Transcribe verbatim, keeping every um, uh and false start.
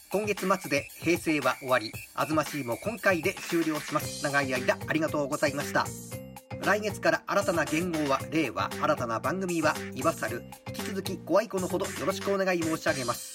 今月末で平成は終わり、あずましいも今回で終了します。長い間ありがとうございました。来月から新たな元号は令和、新たな番組は岩猿。引き続きご愛顧のほどよろしくお願い申し上げます。